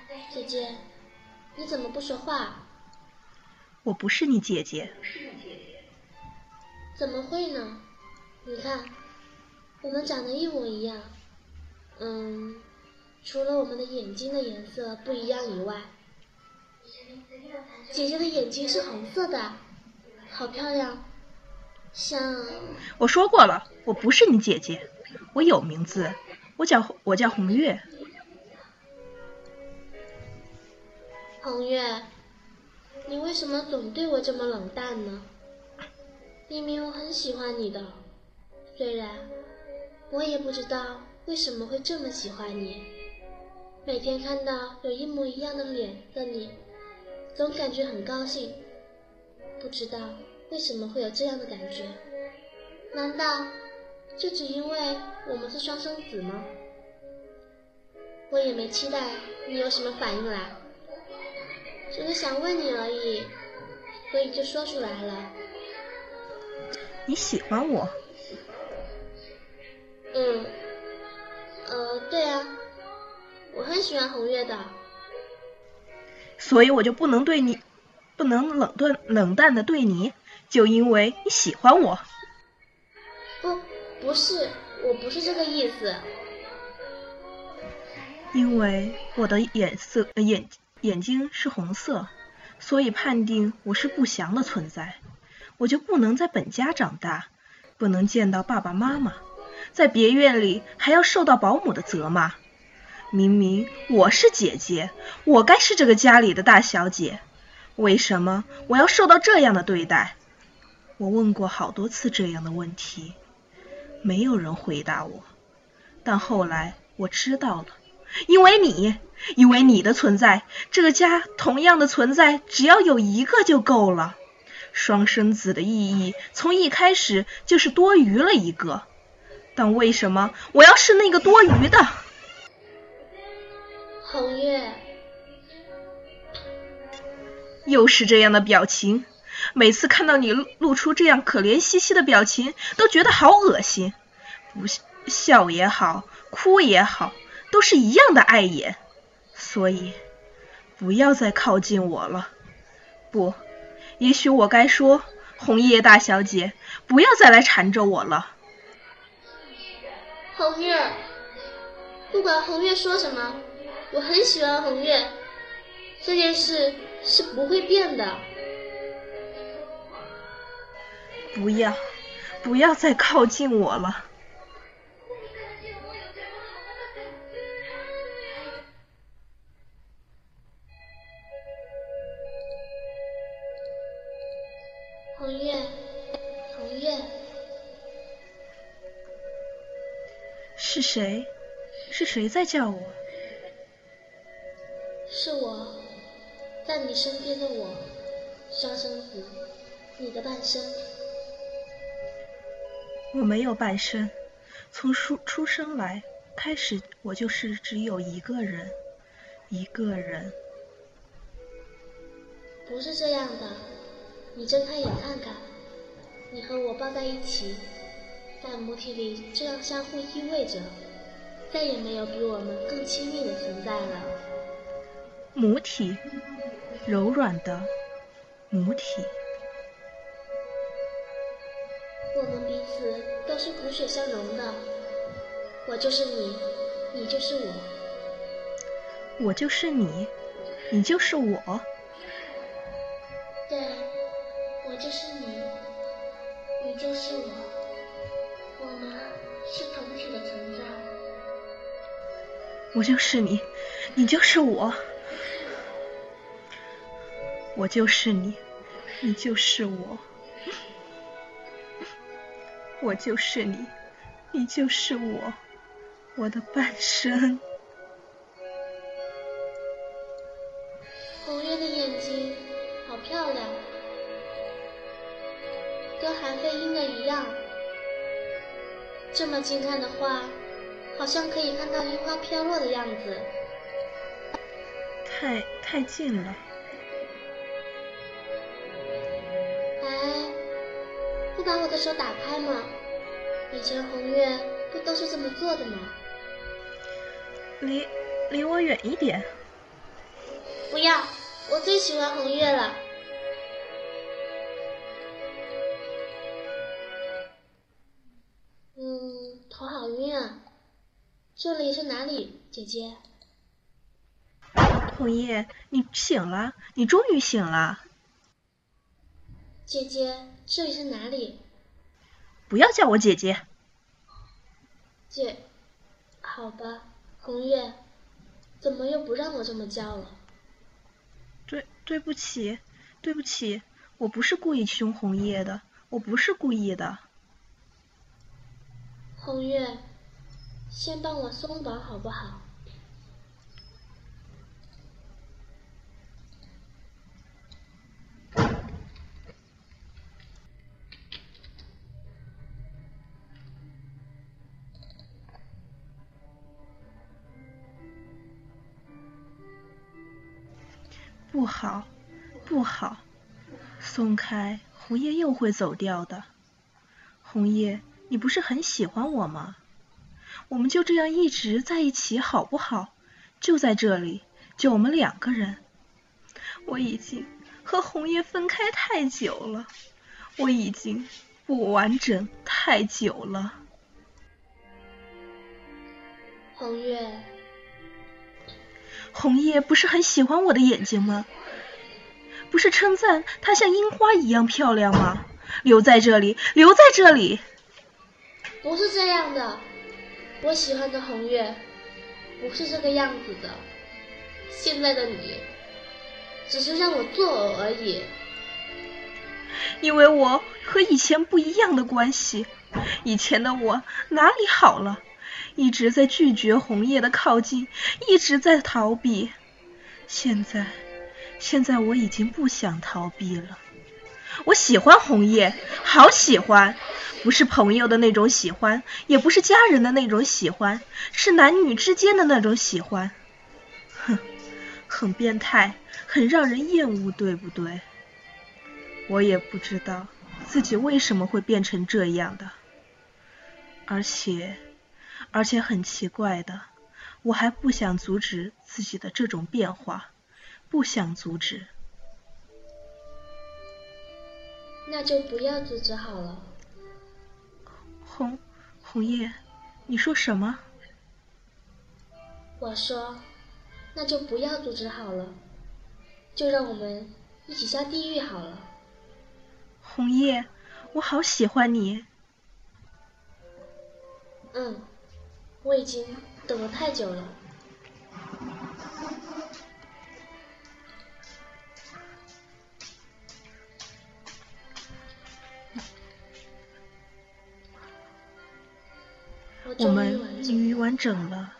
姐姐，你怎么不说话？ 我不是你姐姐。 怎么会呢？你看，我们长得一模一样。除了我们的眼睛的颜色不一样以外，姐姐的眼睛是红色的，好漂亮，像…… 我说过了，我不是你姐姐，我有名字，我叫红月。 红月，你为什么总对我这么冷淡呢？明明我很喜欢你的，虽然我也不知道为什么会这么喜欢你。每天看到有一模一样的脸的你，总感觉很高兴。不知道为什么会有这样的感觉？难道就只因为我们是双生子吗？我也没期待你有什么反应来，只是想问你而已，所以就说出来了。 你喜欢我？ 对啊，我很喜欢红月的。 所以我就不能冷淡的对你，就因为你喜欢我？ 不是，我不是这个意思。 因为我的眼睛是红色，所以判定我是不祥的存在，我就不能在本家长大，不能见到爸爸妈妈，在别院里还要受到保姆的责骂。明明我是姐姐，我该是这个家里的大小姐，为什么我要受到这样的对待？我问过好多次这样的问题，没有人回答我。但后来我知道了，因为你的存在，这个家同样的存在只要有一个就够了。双生子的意义从一开始就是多余了一个，但为什么我要是那个多余的？ 红月， 又是这样的表情，每次看到你露出这样可怜兮兮的表情，都觉得好恶心。不笑也好，哭也好，都是一样的碍眼。所以不要再靠近我了。不，也许我该说，红叶大小姐，不要再来缠着我了。 红月，不管红月说什么，我很喜欢红月，这件事是不会变的。 不要再靠近我了。 红月，红月， 是谁？是谁在叫我？ 是我，在你身边的我，双生子，你的半生。 我没有半生，从出生来开始，我就是只有一个人，一个人。 不是这样的，你睁开眼看看，你和我抱在一起，在母体里这样相互依偎着，再也没有比我们更亲密的存在了。 母体，柔软的母体。 我们彼此都是骨血相融的，我就是你，你就是我。 我就是你，你就是我。 对，我就是你，你就是我，我们是同体的存在。 我就是你，你就是我。我就是你，你就是我。我就是你，你就是我，我的半生。 红月的眼睛好漂亮，跟韩飞英的一样。这么近看的话，好像可以看到樱花飘落的样子。 太近了。 哎，不把我的手打开吗？以前红月不都是这么做的吗？ 离我远一点。 不要，我最喜欢红月了。头好晕啊。这里是哪里，姐姐？ 红叶，你醒了，你终于醒了。 姐姐，这里是哪里？ 不要叫我姐姐。 好吧，红月，怎么又不让我这么叫了？ 对不起，对不起，我不是故意凶红叶的，我不是故意的。 红月，先帮我松绑好不好？ 不好，不好，松开，红叶又会走掉的。红叶，你不是很喜欢我吗？我们就这样一直在一起好不好？就在这里，就我们2个人。我已经和红叶分开太久了，我已经不完整太久了。 红月， 红叶不是很喜欢我的眼睛吗？不是称赞它像樱花一样漂亮吗？留在这里，留在这里。 不是这样的，我喜欢的红月不是这个样子的。现在的你只是让我作呕而已。 因为我和以前不一样的关系，以前的我哪里好了？一直在拒绝红叶的靠近，一直在逃避。现在我已经不想逃避了。我喜欢红叶，好喜欢，不是朋友的那种喜欢，也不是家人的那种喜欢，是男女之间的那种喜欢。哼，很变态，很让人厌恶，对不对？我也不知道自己为什么会变成这样的，而且很奇怪的，我还不想阻止自己的这种变化，不想阻止。 那就不要阻止好了。 红叶，你说什么？ 我说，那就不要阻止好了，就让我们一起下地狱好了。 红叶，我好喜欢你。 我已经等了太久了。 我们终于完整了。